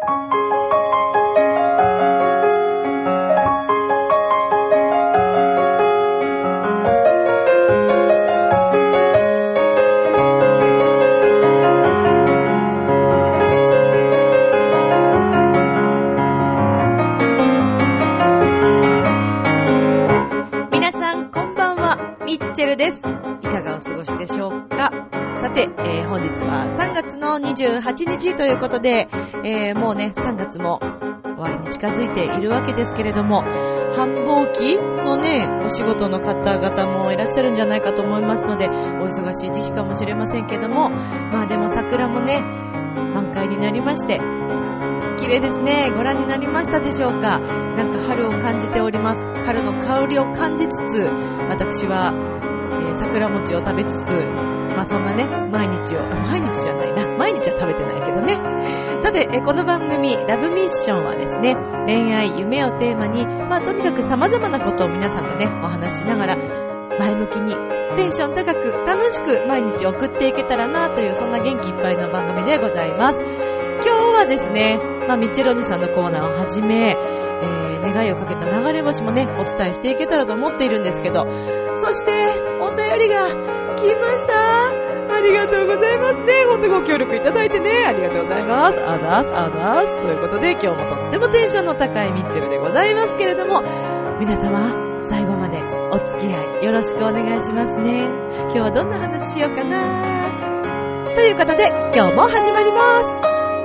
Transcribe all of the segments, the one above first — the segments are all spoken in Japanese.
です。いかがお過ごしでしょうか。さて、本日は3月の28日ということで、もうね3月も終わりに近づいているわけですけれども、繁忙期のねお仕事の方々もいらっしゃるんじゃないかと思いますので、お忙しい時期かもしれませんけども、まあでも桜もね満開になりまして綺麗ですね。ご覧になりましたでしょうか。なんか春を感じております。春の香りを感じつつ、私は桜餅を食べつつ、まあそんなね毎日じゃないな、毎日は食べてないけどね。さて、この番組ラブミッションはですね、恋愛夢をテーマに、まあとにかく様々なことを皆さんとねお話しながら、前向きにテンション高く楽しく毎日送っていけたらなという、そんな元気いっぱいの番組でございます。今日はですね、まあミッチェロニさんのコーナーをはじめ、願いをかけた流れ星もねお伝えしていけたらと思っているんですけど、そしてお便りが来ました。ありがとうございますね。本当ご協力いただいてね、ありがとうございます。あざーすということで、今日もとってもテンションの高いミッチェルでございますけれども、皆様最後までお付き合いよろしくお願いしますね。今日はどんな話しようかなということで、今日も始まります。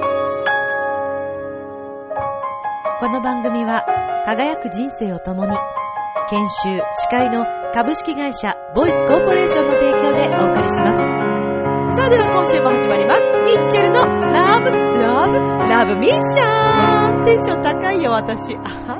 この番組は輝く人生を共に、研修司会の株式会社ボイスコーポレーションの提供でお送りします。さあでは今週も始まります。ミッチェルのラブミッション。テンション高いよ私。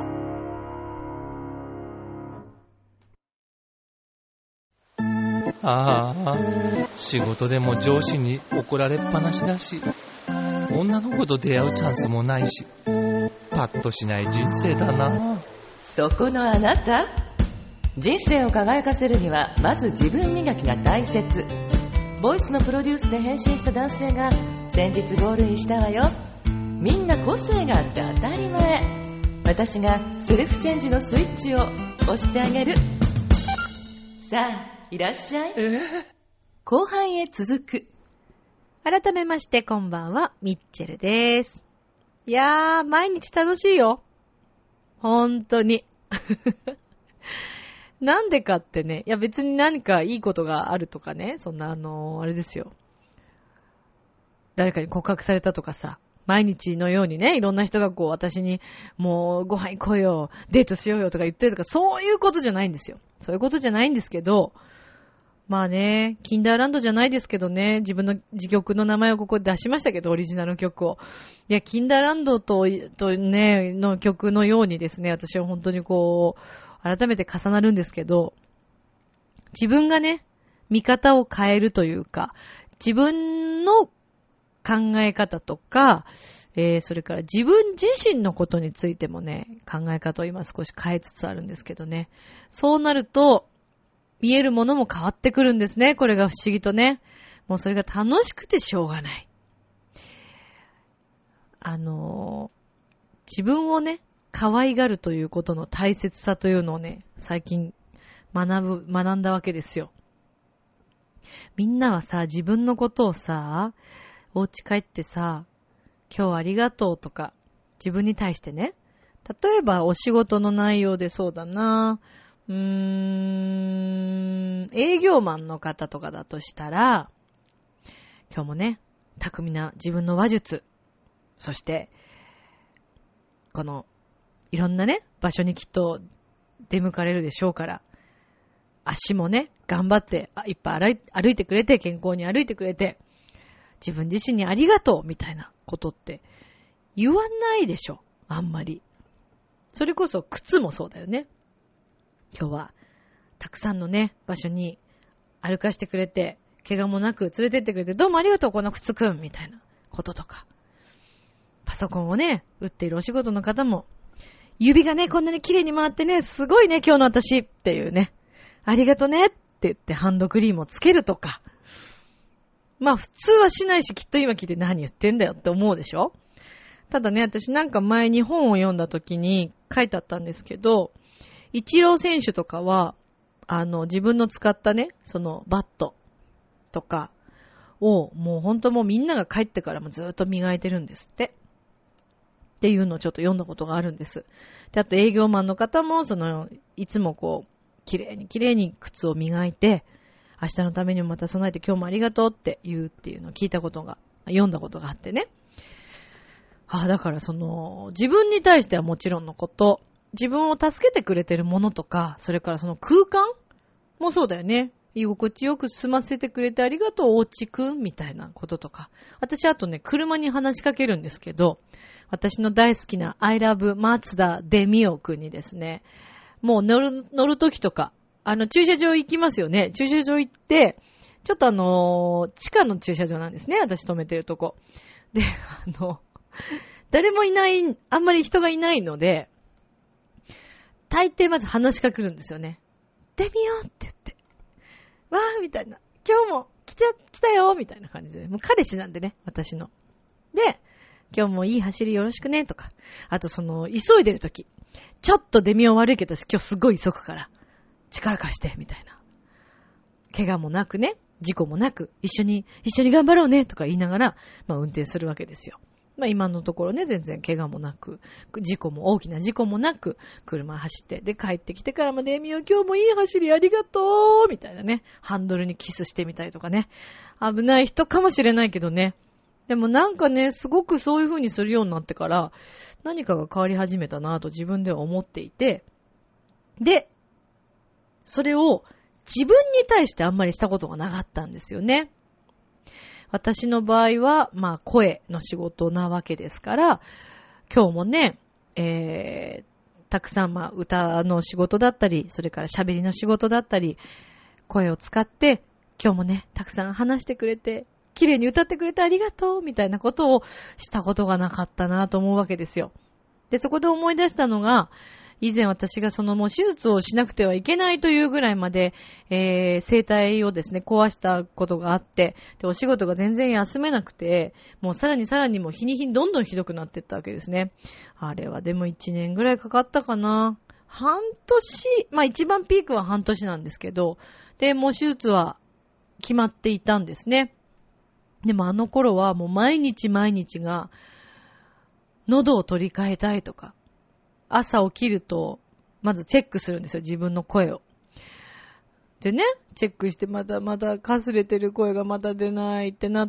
仕事でも上司に怒られっぱなしだし、女の子と出会うチャンスもないし、パッとしない人生だな。 そこのあなた、人生を輝かせるにはまず自分磨きが大切。ボイスのプロデュースで変身した男性が先日ゴールインしたわよ。みんな個性があって当たり前。私がセルフチェンジのスイッチを押してあげる。さあいらっしゃい。 後半へ続く。改めましてこんばんは、ミッチェルです。いやー、毎日楽しいよ。本当に。なんでかってね、いや別に何かいいことがあるとかね、そんなあれですよ。誰かに告白されたとかさ、毎日のようにね、いろんな人がこう私にもうご飯行こうよ、デートしようよとか言ってるとか、そういうことじゃないんですよ。そういうことじゃないんですけど、まあね、キンダーランドじゃないですけどね、自分の自曲の名前をここで出しましたけど、オリジナル曲を。いや、キンダーランドとね、の曲のようにですね、私は本当にこう、改めて重なるんですけど、自分がね、見方を変えるというか、自分の考え方とか、それから自分自身のことについてもね、考え方を今少し変えつつあるんですけどね。そうなると、見えるものも変わってくるんですね。これが不思議とね。もうそれが楽しくてしょうがない。自分をね、可愛がるということの大切さというのをね、最近学んだわけですよ。みんなはさ、自分のことをさ、お家帰ってさ、今日はありがとうとか、自分に対してね、例えばお仕事の内容でそうだな、営業マンの方とかだとしたら、今日もね、巧みな自分の話術、そしてこのいろんなね場所にきっと出向かれるでしょうから、足もね頑張っていっぱい歩いてくれて、健康に歩いてくれて、自分自身にありがとうみたいなことって言わないでしょ、あんまり。それこそ靴もそうだよね。今日はたくさんのね場所に歩かしてくれて、怪我もなく連れてってくれて、どうもありがとうこの靴くんみたいなこととか、パソコンをね打っているお仕事の方も、指がねこんなに綺麗に回ってね、すごいね今日の私っていうね、ありがとねって言ってハンドクリームをつけるとか、まあ普通はしないし、きっと今聞いて何言ってんだよって思うでしょ。 ただね、私なんか前に本を読んだ時に書いてあったんですけど、イチロー選手とかは、自分の使ったね、そのバットとかをもう本当もうみんなが帰ってからもずっと磨いてるんですって。っていうのをちょっと読んだことがあるんです。で、あと営業マンの方も、いつもこう、綺麗に靴を磨いて、明日のためにもまた備えて今日もありがとうって言うっていうのを読んだことがあってね。だから自分に対してはもちろんのこと、自分を助けてくれてるものとか、それからその空間もそうだよね。居心地よく済ませてくれてありがとう、おうちくんみたいなこととか。私あとね、車に話しかけるんですけど、私の大好きな I love 松田デミオくんにですね、もう乗るときとか、駐車場行きますよね。駐車場行って、ちょっと地下の駐車場なんですね。私止めてるとこ。で、誰もいない、あんまり人がいないので、大抵まず話しかけるんですよね。デミオって言って。わーみたいな。今日も来たよみたいな感じで。もう彼氏なんでね、私の。で、今日もいい走りよろしくねとか。あと急いでるとき。ちょっとデミオ悪いけど今日すごい急ぐから。力貸してみたいな。怪我もなくね、事故もなく、一緒に頑張ろうねとか言いながら、運転するわけですよ。今のところね、全然怪我もなく、大きな事故もなく、車走って、で、帰ってきてからもデミオ今日もいい走りありがとうみたいなね、ハンドルにキスしてみたりとかね。危ない人かもしれないけどね。でもなんかね、すごくそういう風にするようになってから、何かが変わり始めたなぁと自分では思っていて、で、それを自分に対してあんまりしたことがなかったんですよね。私の場合は、声の仕事なわけですから、今日もね、たくさん歌の仕事だったり、それから喋りの仕事だったり、声を使って、今日もね、たくさん話してくれて、綺麗に歌ってくれてありがとうみたいなことをしたことがなかったなと思うわけですよ。で、そこで思い出したのが、以前私がもう手術をしなくてはいけないというぐらいまで、声帯をですね、壊したことがあって、で、お仕事が全然休めなくて、もうさらにもう日に日にどんどんひどくなっていったわけですね。あれはでも1年ぐらいかかったかな。半年、一番ピークは半年なんですけど、で、もう手術は決まっていたんですね。でもあの頃はもう毎日が喉を取り替えたいとか、朝起きるとまずチェックするんですよ、自分の声を。でね、チェックしてまだかすれてる声がまだ出ないってなって、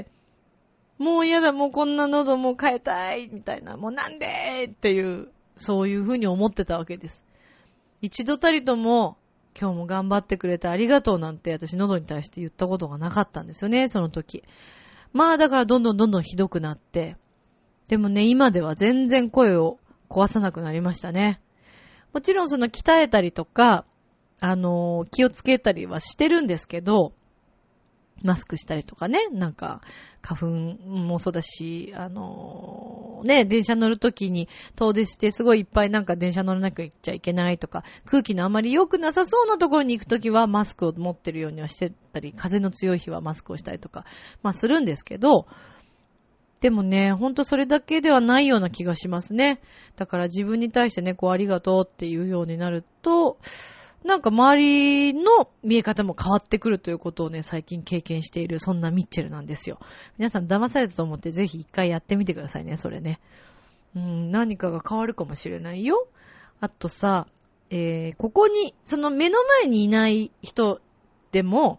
もう嫌だ、もうこんな喉もう変えたいみたいな、もうなんでっていう、そういうふうに思ってたわけです。一度たりとも今日も頑張ってくれてありがとうなんて私喉に対して言ったことがなかったんですよね、その時。だからどんどんひどくなって。でもね、今では全然声を壊さなくなりましたね。もちろん鍛えたりとか、気をつけたりはしてるんですけど、マスクしたりとかね、なんか、花粉もそうだし、電車乗るときに遠出してすごいいっぱいなんか電車乗らなきゃいけないとか、空気のあまり良くなさそうなところに行くときはマスクを持ってるようにはしてたり、風の強い日はマスクをしたりとか、するんですけど、でもね、ほんとそれだけではないような気がしますね。だから自分に対してね、ありがとうっていうようになると、なんか周りの見え方も変わってくるということをね、最近経験している、そんなミッチェルなんですよ。皆さん騙されたと思ってぜひ一回やってみてくださいね、それね。何かが変わるかもしれないよ。あとさ、ここに、目の前にいない人でも、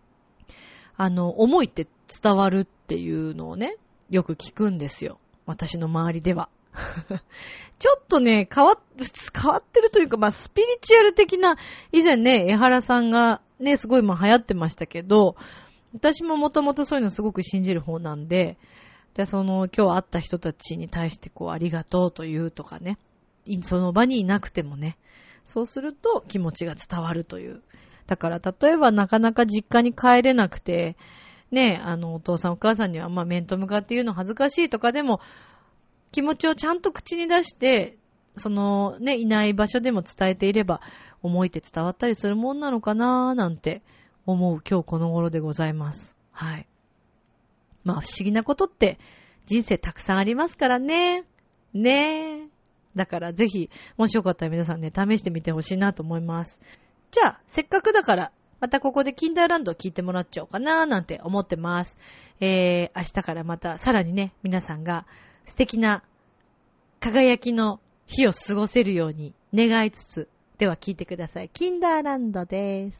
思いって伝わるっていうのをね、よく聞くんですよ。私の周りでは。ちょっとね、変わってるというか、スピリチュアル的な、以前ね、江原さんがね、すごい流行ってましたけど、私ももともとそういうのすごく信じる方なんで、今日会った人たちに対してありがとうというとかね、その場にいなくてもね、そうすると気持ちが伝わるという。だから例えばなかなか実家に帰れなくて、ね、お父さんお母さんには面と向かって言うの恥ずかしいとかでも、気持ちをちゃんと口に出して、いない場所でも伝えていれば、思いって伝わったりするもんなのかなーなんて思う今日この頃でございます。はい。不思議なことって人生たくさんありますからね。ねえ。だからぜひ、もしよかったら皆さんね、試してみてほしいなと思います。じゃあ、せっかくだから、またここでキンダーランドを聞いてもらっちゃおうかななんて思ってます。明日からまたさらにね、皆さんが素敵な輝きの日を過ごせるように願いつつ、では聞いてください。キンダーランドです。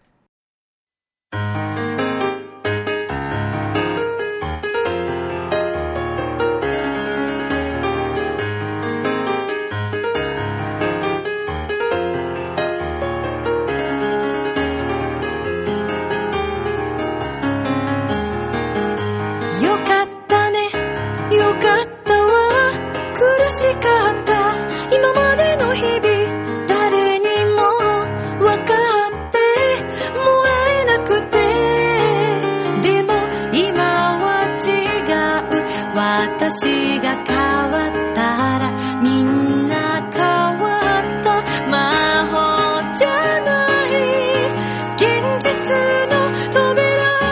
よかったね、よかったわ、苦しかった今までの日々、誰にも分かってもらえなくて、でも今は違う、私が変わったらみんな変わった、魔法じゃない現実の扉、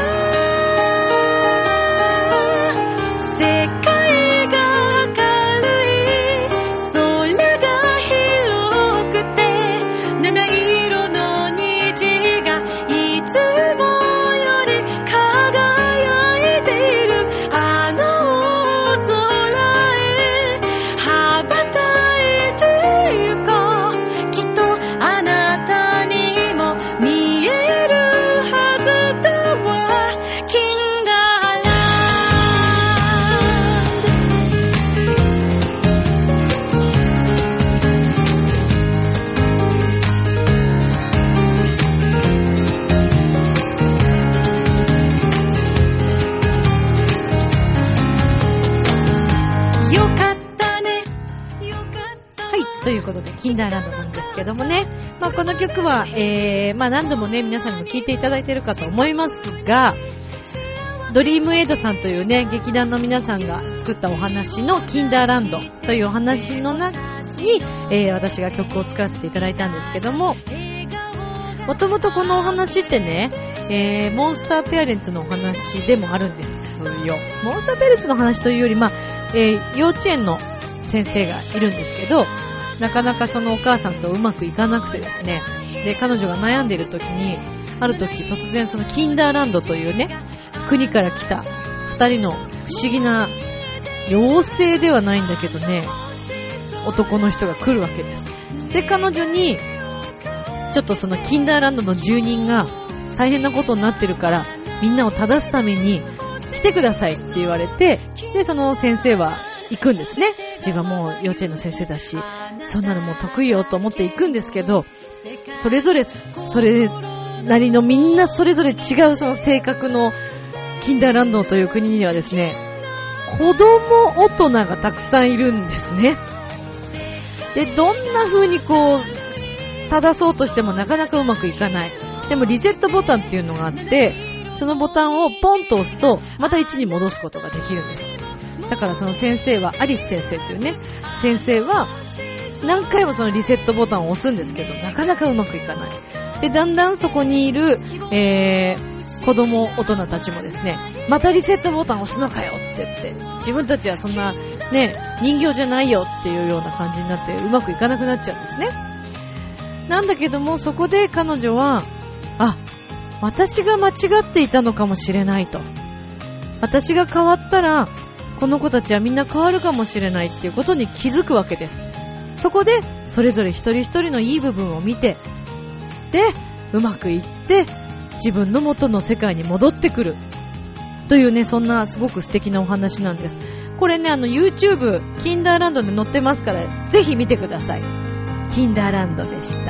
ということで、キンダーランドなんですけどもね。この曲は、何度もね、皆さんにも聴いていただいているかと思いますが、ドリームエイドさんというね、劇団の皆さんが作ったお話のキンダーランドというお話の中に、私が曲を作らせていただいたんですけども、もともとこのお話ってね、モンスターペアレンツのお話でもあるんですよ。モンスターペアレンツの話というより、幼稚園の先生がいるんですけど、なかなかそのお母さんとうまくいかなくてですね、で、彼女が悩んでいる時に、ある時突然そのキンダーランドというね、国から来た二人の不思議な妖精ではないんだけどね、男の人が来るわけです。で、彼女に、ちょっとそのキンダーランドの住人が大変なことになってるから、みんなを正すために来てくださいって言われて、で、その先生は行くんですね。自分はもう幼稚園の先生だし、そんなのもう得意よと思って行くんですけど、それぞれそれなりのみんなそれぞれ違うその性格のキンダーランドという国にはですね、子供大人がたくさんいるんですね。で、どんな風にこう正そうとしてもなかなかうまくいかない。でもリセットボタンっていうのがあって、そのボタンをポンと押すとまた1に戻すことができるんです。だからその先生はアリス先生というね、先生は何回もそのリセットボタンを押すんですけど、なかなかうまくいかない。で、だんだんそこにいる、子供大人たちもですね、またリセットボタンを押すのかよって言って、自分たちはそんなね、人形じゃないよっていうような感じになってうまくいかなくなっちゃうんですね。なんだけども、そこで彼女は、私が間違っていたのかもしれないと。私が変わったらこの子たちはみんな変わるかもしれないっていうことに気づくわけです。そこでそれぞれ一人一人のいい部分を見て、でうまくいって自分の元の世界に戻ってくるというね、そんなすごく素敵なお話なんです。これね、YouTube キンダーランドで載ってますから、ぜひ見てください。キンダーランドでした。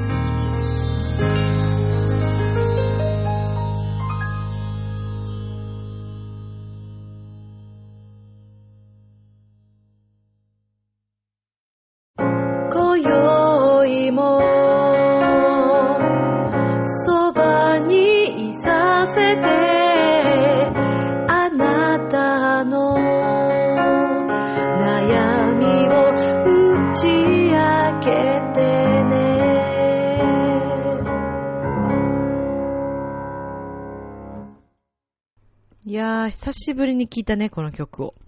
今宵もそばにいさせて、あなたの悩みを打ち明けてね。 いやー、 久しぶりに聞いたね、この曲を。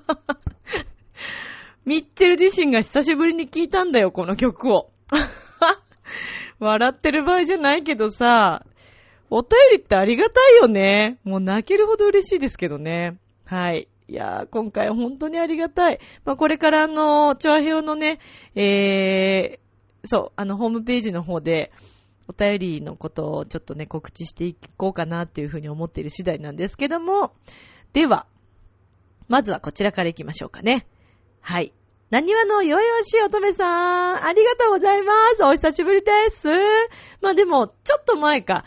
ミッチェル自身が久しぶりに聞いたんだよ、この曲を。笑ってる場合じゃないけどさ、お便りってありがたいよね。もう泣けるほど嬉しいですけどね。はい。いやー、今回本当にありがたい。これからチョアヘオのね、ホームページの方で、お便りのことをちょっとね、告知していこうかなっていうふうに思っている次第なんですけども、では、まずはこちらから行きましょうかね。はい。なにわのよよしおとめさん、ありがとうございます。お久しぶりです。でも、ちょっと前か、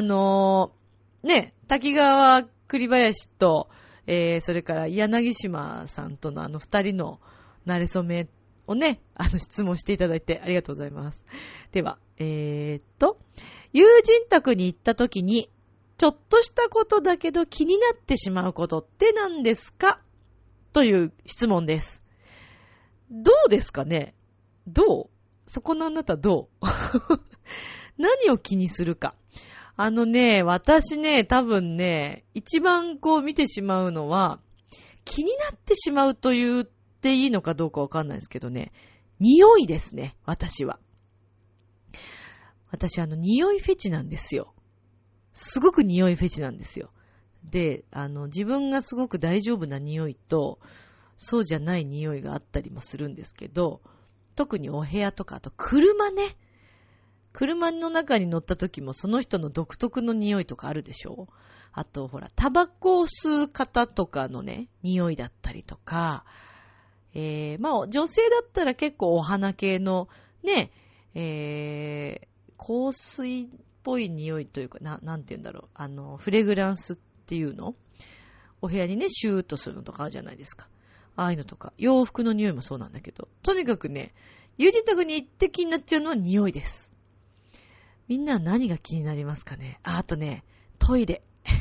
滝川栗林と、それから柳島さんとの二人の馴れ初めをね、質問していただいてありがとうございます。では、友人宅に行った時に、ちょっとしたことだけど気になってしまうことって何ですか？という質問です。どうですかね？そこのあなたどう何を気にするか。私ね、多分ね、一番見てしまうのは、気になってしまうと言っていいのかどうかわかんないですけどね、匂いですね、私は。私匂いフェチなんですよ。すごく匂いフェチなんですよ。で、自分がすごく大丈夫な匂いと、そうじゃない匂いがあったりもするんですけど、特にお部屋とか、あと車ね。車の中に乗った時もその人の独特の匂いとかあるでしょ？あとほら、タバコを吸う方とかのね、匂いだったりとか、女性だったら結構お花系のね、香水っぽい匂いというか、なんて言うんだろう、フレグランスっていうの？お部屋にね、シューッとするのとかあるじゃないですか。ああいうのとか、洋服の匂いもそうなんだけど、とにかくね、友人宅に行って気になっちゃうのは匂いです。みんなは何が気になりますかね？あとね、トイレ。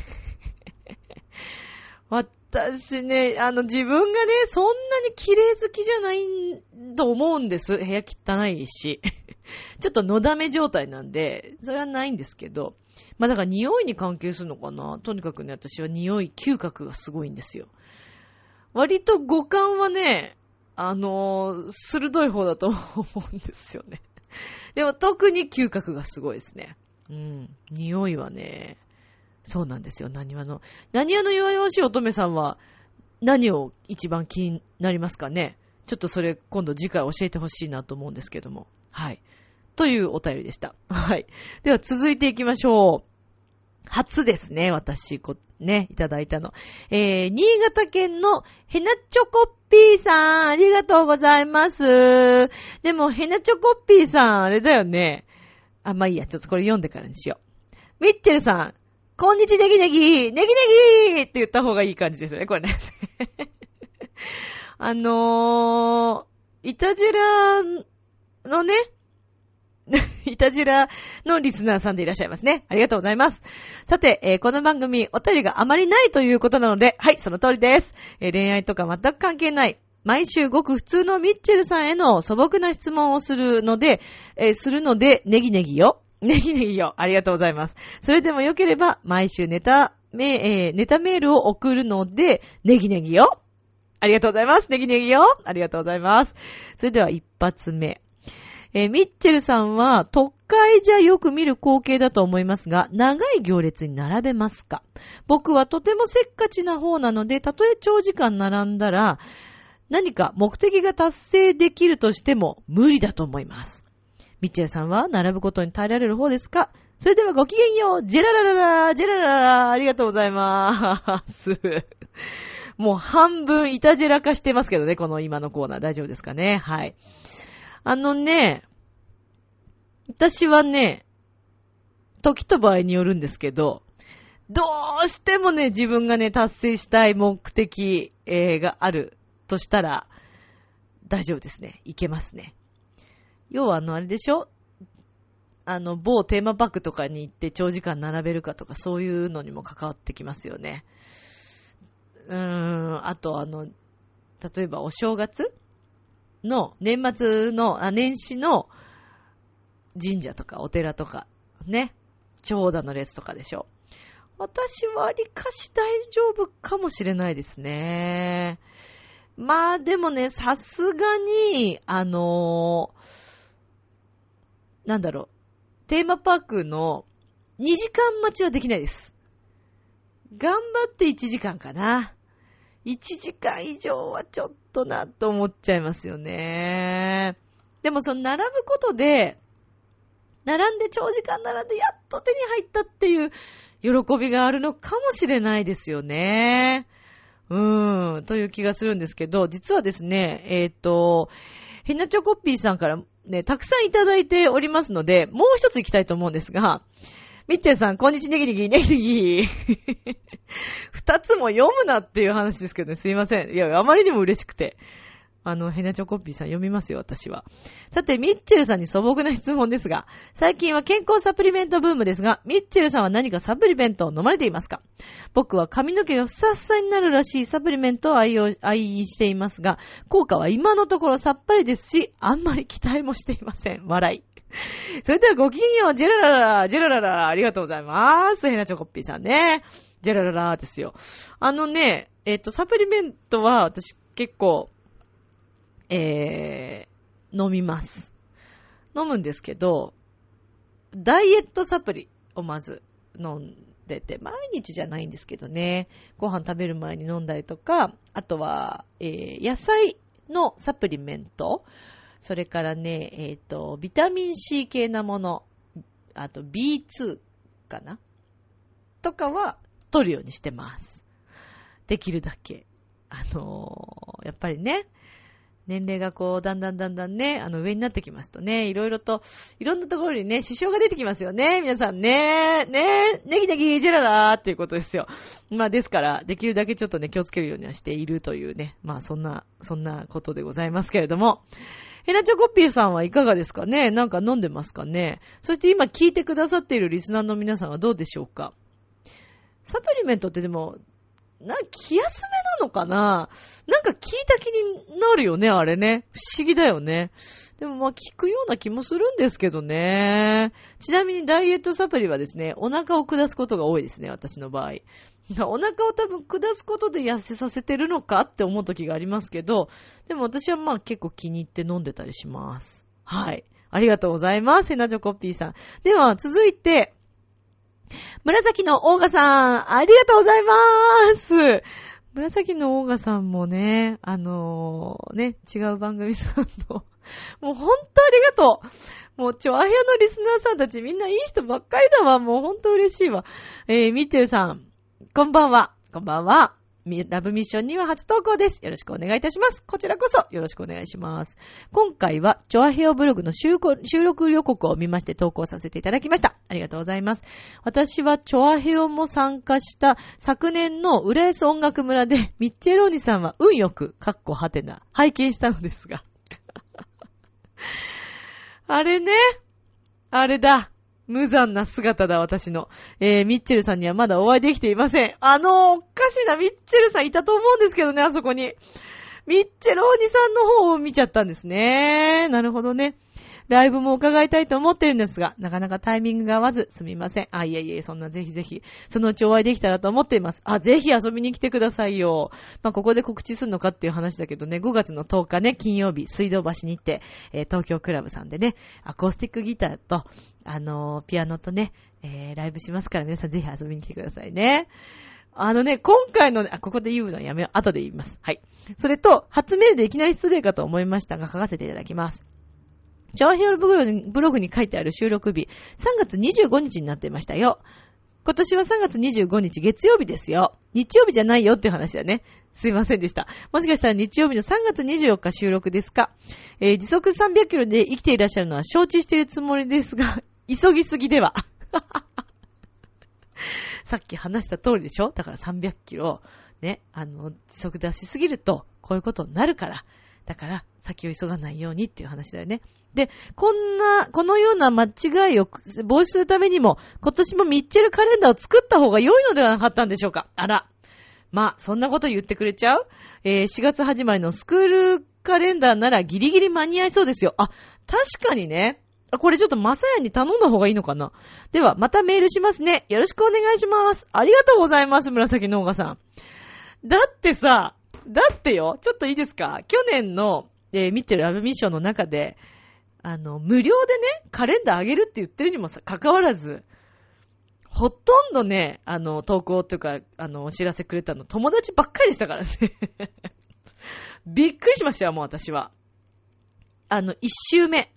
私ね、自分がね、そんなに綺麗好きじゃないと思うんです。部屋汚いし。ちょっとのだめ状態なんで、それはないんですけど、だから匂いに関係するのかな？とにかくね、私は匂い嗅覚がすごいんですよ。割と五感はね、鋭い方だと思うんですよね。でも特に嗅覚がすごいですね。匂いはね、そうなんですよ。なにわの弱々しい乙女さんは何を一番気になりますかね？ちょっとそれ今度次回教えてほしいなと思うんですけども。はい。というお便りでした。はい。では続いていきましょう。初ですね、私、いただいたの。新潟県のヘナチョコッピーさん、ありがとうございます。でも、ヘナチョコッピーさん、あれだよね。いいや、ちょっとこれ読んでからにしよう。ミッチェルさん、こんにちネギネギ、ネギネギって言った方がいい感じですよね、これね。イタジラのね、イタジラのリスナーさんでいらっしゃいますね。ありがとうございます。さて、この番組、お便りがあまりないということなので、はい、その通りです。恋愛とか全く関係ない。毎週ごく普通のミッチェルさんへの素朴な質問をするので、ネギネギよ。ネギネギよ。ありがとうございます。それでもよければ、毎週ネタメールを送るので、ネギネギよ。ありがとうございます。ネギネギよ。ありがとうございます。それでは一発目。ミッチェルさんは都会じゃよく見る光景だと思いますが、長い行列に並べますか？僕はとてもせっかちな方なので、たとえ長時間並んだら、何か目的が達成できるとしても無理だと思います。ミッチェルさんは並ぶことに耐えられる方ですか？それではごきげんよう。ジェララララ、ジェララララ、ありがとうございます。もう半分イタジェラ化してますけどね、この今のコーナー大丈夫ですかね？はい。私はね、時と場合によるんですけど、どうしてもね、自分がね、達成したい目的、があるとしたら、大丈夫ですね。いけますね。要はあれでしょ？某テーマパークとかに行って長時間並べるかとか、そういうのにも関わってきますよね。あと例えばお正月の年末の年始の神社とかお寺とかね、長蛇の列とかでしょ。 私はりかし大丈夫かもしれないですね。まあでもね、さすがに、なんだろう、テーマパークの2時間待ちはできないです。頑張って1時間かな。1時間以上はちょっとなと思っちゃいますよね。でもその並ぶことで、並んで長時間並んでやっと手に入ったっていう喜びがあるのかもしれないですよね。という気がするんですけど、実はですね、ヘナチョコッピーさんからね、たくさんいただいておりますので、もう一つ行きたいと思うんですが、ミッチェルさん、こんにちは、ネギネギ、ネギネギ。二つも読むなっていう話ですけどね、すいません。いや、あまりにも嬉しくて。ヘナチョコッピーさん読みますよ、私は。さて、ミッチェルさんに素朴な質問ですが、最近は健康サプリメントブームですが、ミッチェルさんは何かサプリメントを飲まれていますか？僕は髪の毛がふさふさになるらしいサプリメントを愛していますが、効果は今のところさっぱりですし、あんまり期待もしていません。笑い。それではごきげんよう、ジェラララ、ジェラララ、ありがとうございます。ヘナチョコッピーさんね。ジェラララですよ。サプリメントは私結構、飲みます。飲むんですけど、ダイエットサプリをまず飲んでて、毎日じゃないんですけどね、ご飯食べる前に飲んだりとか、あとは、野菜のサプリメント、それからね、ビタミン C 系なもの、あと B2 かなとかは取るようにしてます。できるだけ。やっぱりね、年齢がこう、だんだんね、上になってきますとね、いろんなところにね、支障が出てきますよね、皆さんね。ネギネギジェララーっていうことですよ。まあですから、できるだけちょっとね、気をつけるようにはしているというね、まあそんなことでございますけれども、ヘナチョコッピーさんはいかがですかね？なんか飲んでますかね？そして今聞いてくださっているリスナーの皆さんはどうでしょうか？サプリメントってでも、気休めなのかな？なんか聞いた気になるよね、あれね。不思議だよね。でもまあ聞くような気もするんですけどね。ちなみにダイエットサプリはですね、お腹を下すことが多いですね、私の場合。お腹を多分下すことで痩せさせてるのかって思う時がありますけど、でも私はまあ結構気に入って飲んでたりします。はい。ありがとうございます、ヘナチョコッピーさん。では続いて、紫のオーガさん、ありがとうございます。紫のオーガさんもね、違う番組さんの、もう本当ありがとう。もうチョアヘアのリスナーさんたちみんないい人ばっかりだわ。もう本当嬉しいわ。ミッチェルさん、こんばんは。こんばんは。ラブミッションには初投稿です。よろしくお願いいたします。こちらこそよろしくお願いします。今回はチョアヘオブログの収録予告を見まして投稿させていただきました。ありがとうございます。私はチョアヘオも参加した昨年の浦安音楽村でミッチェローニさんは運よく拝見したのですがあれね、あれだ。無残な姿だ、私の。ミッチェルさんにはまだお会いできていません。おかしなミッチェルさんいたと思うんですけどね、あそこに。ミッチェルおじさんの方を見ちゃったんですね。なるほどね。ライブも伺いたいと思ってるんですが、なかなかタイミングが合わずすみません。いえ、そんなぜひぜひ、そのうちお会いできたらと思っています。ぜひ遊びに来てくださいよ。まあ、ここで告知するのかっていう話だけどね、5月の10日ね、金曜日、水道橋に行って、東京クラブさんでね、アコースティックギターと、ピアノとね、ライブしますから皆さんぜひ遊びに来てくださいね。今回の、ここで言うのはやめよう。後で言います。はい。それと、初メールでいきなり失礼かと思いましたが、書かせていただきます。チョアヘオブログに書いてある収録日、3月25日になっていましたよ。今年は3月25日月曜日ですよ。日曜日じゃないよっていう話だね。すいませんでした。もしかしたら日曜日の3月24日収録ですか。時速300キロで生きていらっしゃるのは承知しているつもりですが、急ぎすぎでは。さっき話した通りでしょ？だから300キロ、ね、時速出しすぎると、こういうことになるから。だから、先を急がないようにっていう話だよね。で、このような間違いを防止するためにも、今年もミッチェルカレンダーを作った方が良いのではなかったんでしょうか。あら。まあ、そんなこと言ってくれちゃう？4月始まりのスクールカレンダーならギリギリ間に合いそうですよ。確かにね。 これちょっとまさやに頼んだ方がいいのかな。では、またメールしますね。よろしくお願いします。ありがとうございます、紫農家さん。だってよ、ちょっといいですか？去年の、ミッチェルラブミッションの中で、無料でね、カレンダーあげるって言ってるにも関わらず、ほとんどね、投稿というか、お知らせくれたの友達ばっかりでしたからね。びっくりしましたよ、もう私は。一周目。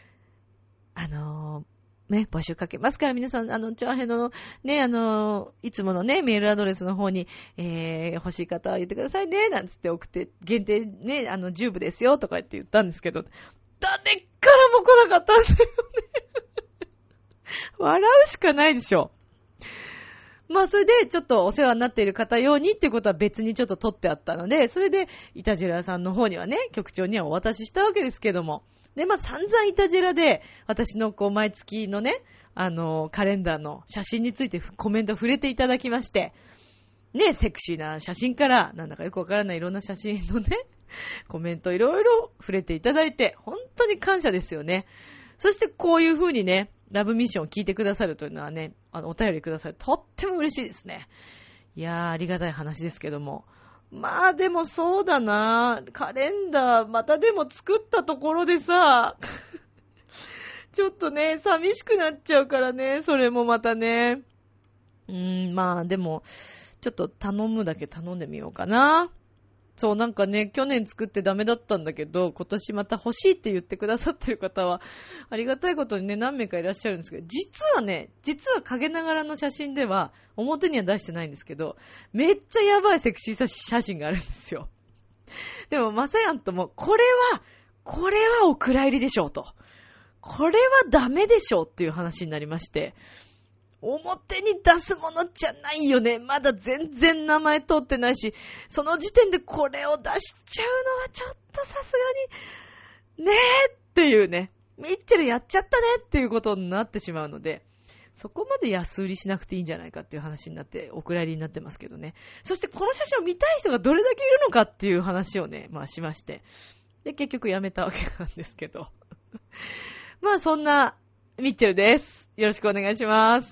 ね、募集かけますから皆さん、チョアヘのね、いつものね、メールアドレスの方に、欲しい方は言ってくださいね、なんつって送って、限定ね、10部ですよ、とか言って言ったんですけど、誰からも来なかったんだよね。笑うしかないでしょ。まあ、それで、ちょっとお世話になっている方用にっていうことは別にちょっと取ってあったので、それで、イタジェラさんの方にはね、局長にはお渡ししたわけですけども、で、まあ、散々イタジェラで、私の毎月のね、カレンダーの写真についてコメント触れていただきまして、ね、セクシーな写真から、なんだかよくわからないいろんな写真のね、コメントいろいろ触れていただいて、本当に感謝ですよね。そしてこういう風にね、ラブミッションを聞いてくださるというのはね、お便りくださる。とっても嬉しいですね。いやー、ありがたい話ですけども。まあでもそうだな、カレンダーまたでも作ったところでさ、ちょっとね、寂しくなっちゃうからね、それもまたね。まあでも、ちょっと頼むだけ頼んでみようかな。そう、なんかね、去年作ってダメだったんだけど、今年また欲しいって言ってくださってる方は、ありがたいことにね、何名かいらっしゃるんですけど、実は陰ながらの写真では、表には出してないんですけど、めっちゃやばいセクシー写真があるんですよ。でも、まさやんとも、これはお蔵入りでしょうと。これはダメでしょうっていう話になりまして、表に出すものじゃないよね。まだ全然名前通ってないし、その時点でこれを出しちゃうのはちょっとさすがに、ねーっていうね、ミッチェルやっちゃったねっていうことになってしまうので、そこまで安売りしなくていいんじゃないかっていう話になって、お蔵入りになってますけどね。そしてこの写真を見たい人がどれだけいるのかっていう話をね、まあしまして。で、結局やめたわけなんですけど。まあそんな、ミッチェルです。よろしくお願いします。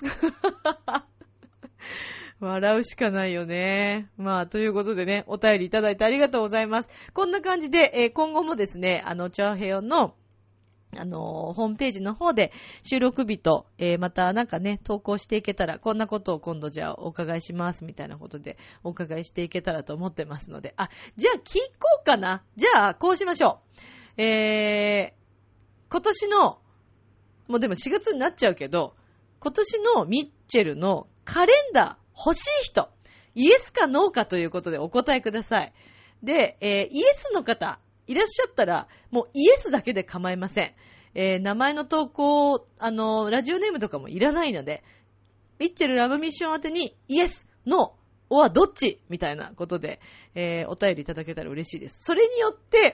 笑うしかないよね。まあ、ということでね、お便りいただいてありがとうございます。こんな感じで、今後もですね、チョアヘヨの、ホームページの方で収録日と、またなんかね、投稿していけたら、こんなことを今度じゃあお伺いしますみたいなことでお伺いしていけたらと思ってますので、じゃあ聞こうかな。じゃあ、こうしましょう。今年の、もうでも4月になっちゃうけど、今年のミッチェルのカレンダー欲しい人、イエスかノーかということでお答えください。で、イエスの方いらっしゃったら、もうイエスだけで構いません。名前の投稿、ラジオネームとかもいらないので、ミッチェルラブミッション宛てにイエス、ノー、はどっちみたいなことで、お便りいただけたら嬉しいです。それによって、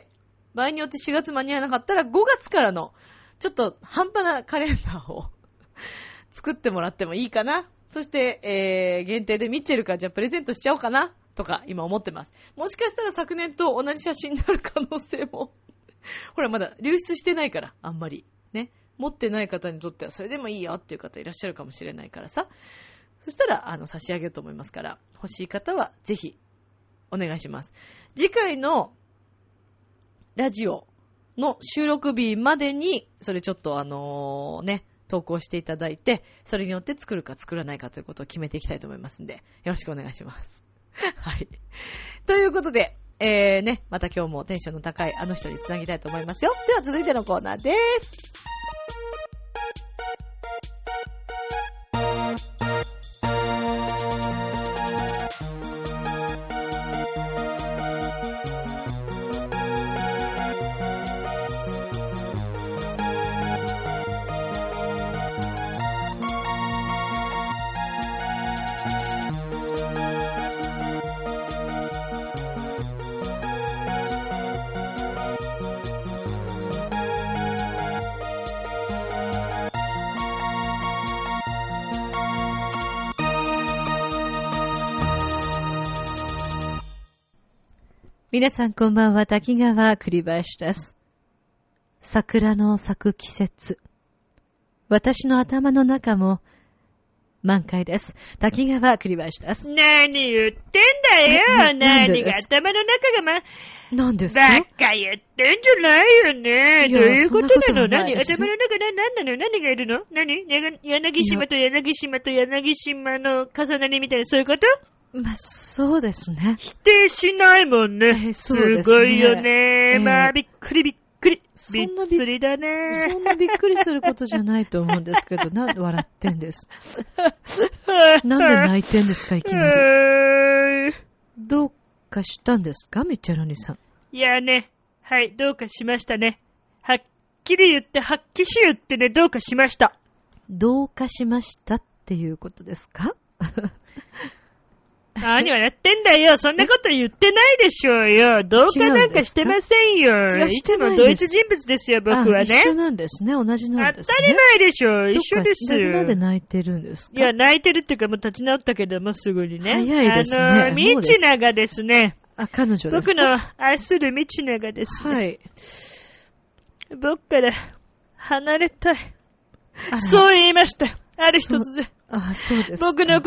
場合によって4月間に合わなかったら5月からのちょっと半端なカレンダーを作ってもらってもいいかな。そして、限定でミッチェルからじゃあプレゼントしちゃおうかなとか今思ってます。もしかしたら昨年と同じ写真になる可能性もほらまだ流出してないからあんまりね、持ってない方にとってはそれでもいいよっていう方いらっしゃるかもしれないからさ。そしたら差し上げると思いますから、欲しい方はぜひお願いします。次回のラジオの収録日までに、それちょっと投稿していただいて、それによって作るか作らないかということを決めていきたいと思いますんで、よろしくお願いします。はい。ということで、また今日もテンションの高いあの人につなぎたいと思いますよ。では続いてのコーナーです。皆さんこんばんは、滝川栗林です。桜の咲く季節、 私の頭の中も満開です。滝川栗林です。 何言ってんだよ。何が頭の中が何ですか？ ばっか言ってんじゃないよね。どういうことなの？何頭の中何なの？何がいるの？柳島と柳島と柳島の重なりみたいな、そういうこと？ まあ、そうですね。 否定しないもんね。 そうですね。 すごいよね。まあ、びっくり。びっくりだね。 そんなびっくりすることじゃないと思うんですけど、なんで笑ってんですなんで泣いてんですか、いきなり。どうかしたんですか、ミッチェロニさん。 いやね、はい、どうかしましたね。はっきり言って、はっきし言ってね、どうかしました。 どうかしましたっていうことですか何をやってんだよ。そんなこと言ってないでしょうよ。どうかなんかしてませんよ。いつも同一人物ですよ、僕はね。 一緒なんですね。同じなんですね。 当たり前でしょう。一緒ですよ。 なんで泣いてるんですか？ いや、泣いてるっていうかもう立ち直ったけどもすぐにね。 早いですね。 ミチナがですね。 彼女ですか？ 僕の愛するミチナがですね。 はい。 僕から離れたい。そう言いました。ある日突然。 そうですか。 僕の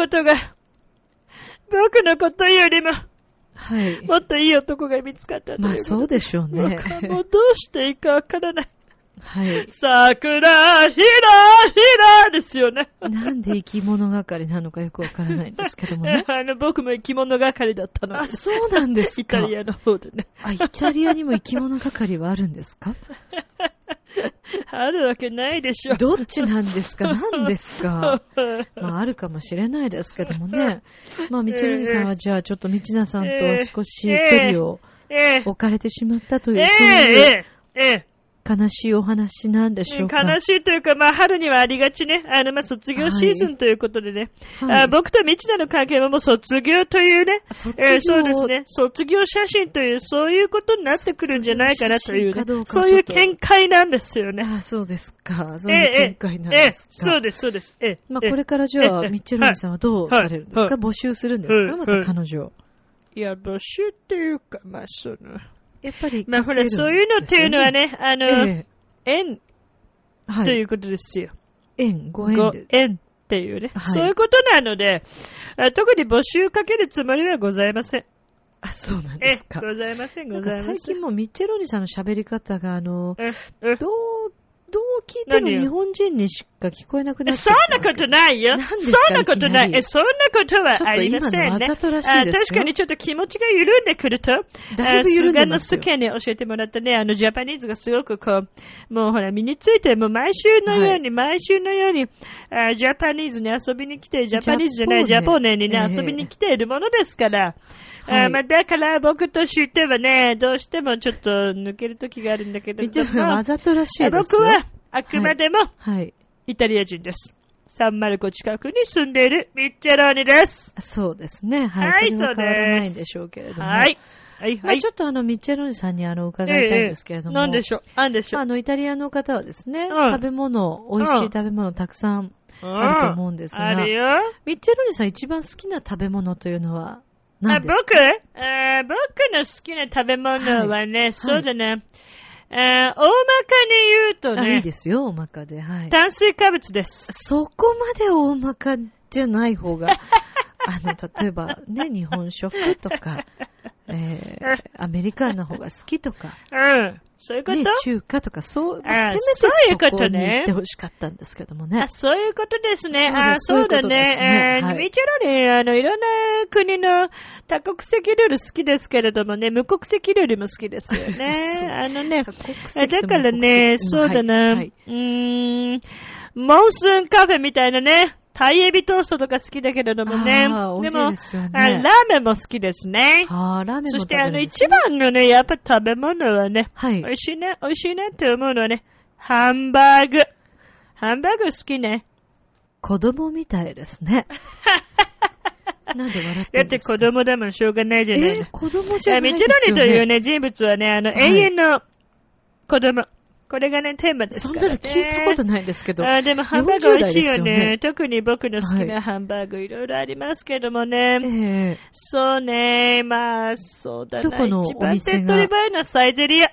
ことよりも、はい。もっといい男が見つかったということで。 まあそうでしょうね。 僕はもうどうしていいかわからない。 はい。 桜ひらですよね。 なんで生き物係なのかよくわからないんですけどもね。 僕も生き物係だったので。 そうなんですか。 イタリアの方でね。 イタリアにも生き物係はあるんですか？ あるわけないでしょ。 どっちなんですか？何ですか？まああるかもしれないですけどもね。まあミチェルニさんはじゃあちょっとミチナさんと少し距離を置かれてしまったという、そういう悲しいお話なんでしょうか。 悲しいというか、まあ春にはありがちね。卒業シーズンということでね。はい、僕とミチナの関係はもう卒業というね。そうですね。卒業写真という、そういうことになってくるんじゃないかなというね。そういう見解なんですよね。 そうですか。そういう見解なんですか。 そうです、そうです。 まあこれからじゃあ、ミッチェルニさんはどうされるんですか？募集するんですか？また彼女を。 いや、募集っていうか、まあやっぱり、 まあほら、そういうのっていうのはね、縁ということですよ。 ご縁で。 縁っていうね、そういうことなので、特に募集かけるつもりはございません。 そうなんですか。 ございません。 最近もうミッチェロニさんの喋り方が、どう聞いても日本人にしか聞こえなくなってきてますけど。 そんなことないよ。そんなことない。そんなことはありませんね。 ちょっと今のわざとらしいですよ。 確かにちょっと気持ちが緩んでくると、 だいぶ緩んでますよ。 菅野助に教えてもらったね、ジャパニーズがすごくこう、もうほら身について、もう毎週のように、ジャパニーズに遊びに来て、ジャパニーズじゃない、ジャポネにね、遊びに来ているものですから、まあ、だから僕としてはね、どうしてもちょっと抜ける時があるんだけど、 わざとらしいですよ。 僕はあくまでもイタリア人です。サンマルコ近くに住んでいるミッチェローニです。 そうですね。はい。それは変わらないんでしょうけれども。はい。まあ、ちょっとミッチェローニさんに伺いたいんですけれども。 なんでしょう。 イタリアの方はですね、食べ物、美味しい食べ物たくさんあると思うんですが、 あるよ。 ミッチェローニさん一番好きな食べ物というのは何ですか？ 僕の好きな食べ物はね、そうだね。大まかに言うとね。 いいですよ、大まかで。はい。 炭水化物です。 そこまで大まかじゃない方が、例えばね、日本食とか、アメリカンの方が好きとか。 そういうこと？ ね、中華とか、せめてそこに行ってほしかったんですけどもね。 そういうことですね。そうだね。ミチェロに、いろんな国の多国籍料理好きですけれどもね、無国籍料理も好きですよね。だからね、そうだな、モンスーンカフェみたいなね、タイエビトーストとか好きだけれどもね。でも、ラーメンも好きですね。 ラーメンもそして一番のね、やっぱ食べ物はね、美味しいねって思うのはね、ハンバーグ好きね。 子供みたいですね。なんで笑ってだって子供だもんしょうがないじゃないの。 子供じゃないですよね。 ミチェロニというね、人物はね、永遠の子供。これがね、テーマですからね。 そんなの聞いたことないですけど。 でもハンバーグ美味しいよね。特に僕の好きなハンバーグいろいろありますけどもね。そうね、まあ、そうだな。 どこのお店が？ 一番手っ取り早いのはサイゼリア。 手っ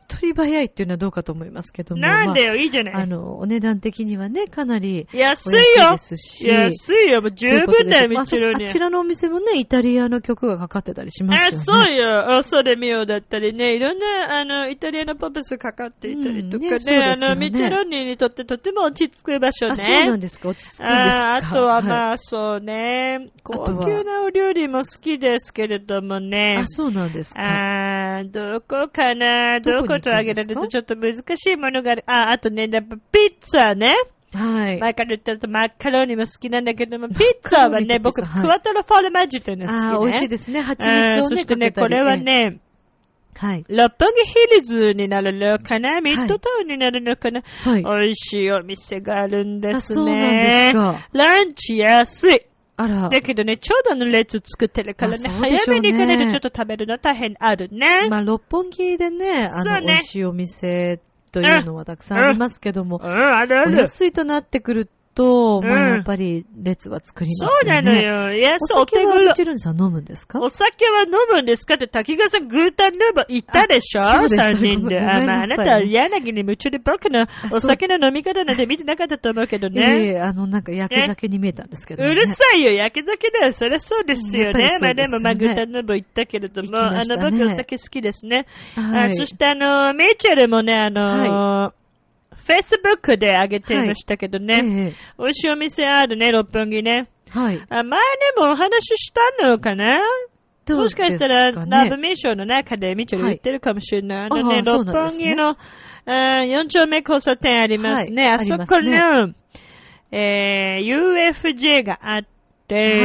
当たり早いっていうのはどうかと思いますけども。 なんでよ、いいじゃない。 お値段的にはね、かなり安いよ。 ですし。 安いよ、もう十分だよ、みちろに。 あちらのお店もね、イタリアの曲がかかってたりしますよね。 そうよ。ソレミオだったりね、いろんな、イタリアのポップスかかっていたりとかね、ミチェロニにとってとても落ち着く場所ね。 そうなんですか、落ち着くんですか。 あとはまあ、そうね、高級なお料理も好きですけれどもね。 そうなんですか。 どこかな、どことあげられるとちょっと難しいものがある。あとね、やっぱピッツァね。 はい。 前から言ったとマカロニも好きなんだけども、ピッツァはね、僕、クワトロフォルマッジというのが好きね。 美味しいですね。蜂蜜をね、 そしてね、これはね、 はい。 六本木ヒルズになるのかな、ミッドタウンになるのかな、はい。美味しいお店があるんですね。 そうなんですか。 ランチ安い。 あら。 だけどね、ちょうどの列作ってるからね、早めに行かないとちょっと食べるの大変あるね。 まあ、六本木でね、美味しいお店というのはたくさんありますけども、 あるある。 お安いとなってくると、まあ、やっぱり列は作りますよね。 そうなのよ。 お酒はミチェルンさん飲むんですか？ お酒は飲むんですかって滝川さんグータンヌーボー行ったでしょ？ 3 人で。あなたは柳に夢中で僕のお酒の飲み方なんて見てなかったと思うけどね。 なんか焼け酒に見えたんですけどね。 うるさいよ、焼け酒だよ。そりゃそうですよね。まあでもグータンヌーボー行ったけれども、僕お酒好きですね。そしてミチェルもね、Facebook で上げてましたけどね。美味しいお店あるね、六本木ね。 はい。 前にもお話ししたのかな？もしかしたら、ラブミー賞の中でミチェル言ってるかもしれない。六本木の、4丁目交差点ありますね。あそこの、UFJ があって、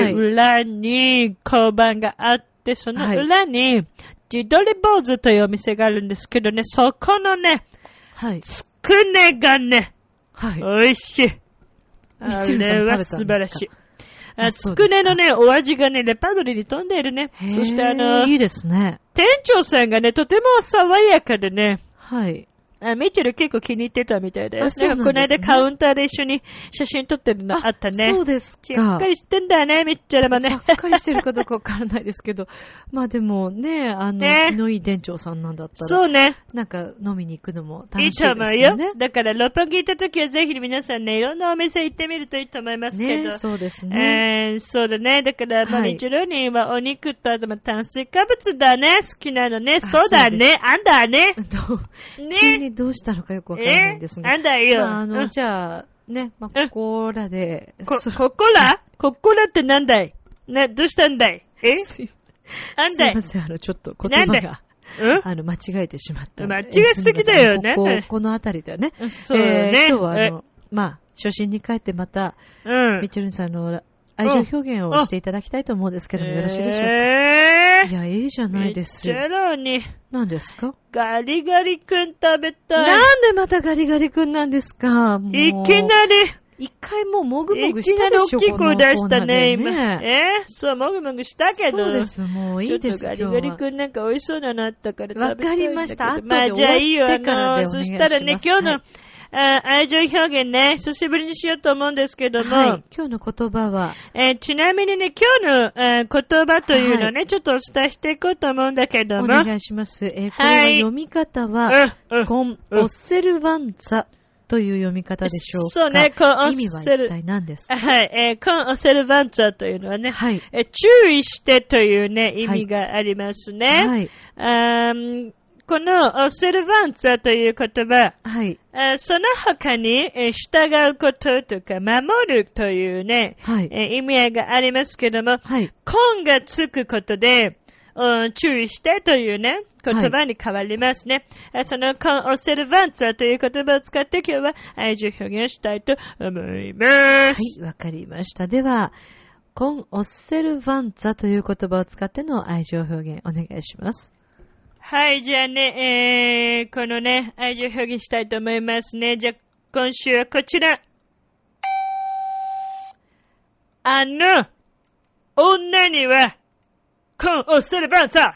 裏に交番があって、その裏に、地鶏坊主というお店があるんですけどね、そこのね、つくねがね、美味しい。あれは素晴らしい。つくねのね、お味がね、レパートリーに飛んでいるね。そしていいですね。 店長さんがね、とても爽やかでね。 はい。 ミッチェル結構気に入ってたみたいだよ。なんかこの間カウンターで一緒に写真撮ってるのあったね。 そうですか。 しっかりしてんだよね、ミッチェルもね。 しっかりしてるかどうかわからないですけど。まあでもね、気のいい店長さんなんだったら。 そうね。 なんか飲みに行くのも楽しいですよね。いいと思うよ。だから六本木行った時はぜひ皆さんね、いろんなお店行ってみるといいと思いますけど。 ね、そうですね。 そうだね。だから、ミッチェルにはお肉と炭水化物だね。好きなのね。そうだね。あんだね。 急にどうしたのかよくわからないんですが。 なんだよ。 じゃあ、ね、ここらで。 ここらってなんだいね、どうしたんだいなんだいすいません、ちょっと言葉が。間違えてしまった。 間違えすぎだよね。 このあたりではね。 そうね。 今日は初心に帰ってまた、ミッチェルさんの愛情表現をしていただきたいと思うんですけども、よろしいでしょうか？いや、いいじゃないですよ。 ミッチェルに。 何ですか？ ガリガリ君食べたい。 なんでまたガリガリ君なんですか？ いきなり。 一回もうもぐもぐしたでしょ。 いきなり大きい声出したね、今。そう、もぐもぐしたけど。 そうです、もういいですよ。 ちょっとガリガリ君なんか美味しそうなのあったから食べたいんだけど。 わかりました。 まあ、じゃあいいよ、そしたらね、今日の、愛情表現ね、久しぶりにしようと思うんですけども。 はい、今日の言葉は、 ちなみにね、今日の、言葉というのをね、ちょっとお伝えしていこうと思うんだけども。 お願いします。これは読み方は、コンオッセルバンツァという読み方でしょうか。 そうね、 意味は一体何ですか？ はい、コンオッセルバンツァというのはね、 はい、 注意してというね、意味がありますね。はい。このオッセルバンツァという言葉、はい、その他に従うこととか守るというね、はい、意味合いがありますけども、はい、コンがつくことで、注意してというね、言葉に変わりますね。はい、そのコンオッセルバンツァという言葉を使って今日は愛情表現したいと思います。 はい、わかりました。では、コンオッセルバンツァという言葉を使っての愛情表現お願いします。 はい、じゃあね、このね、愛情表現したいと思いますね。じゃあ、今週はこちら。女には、コンオッセルバンツァ。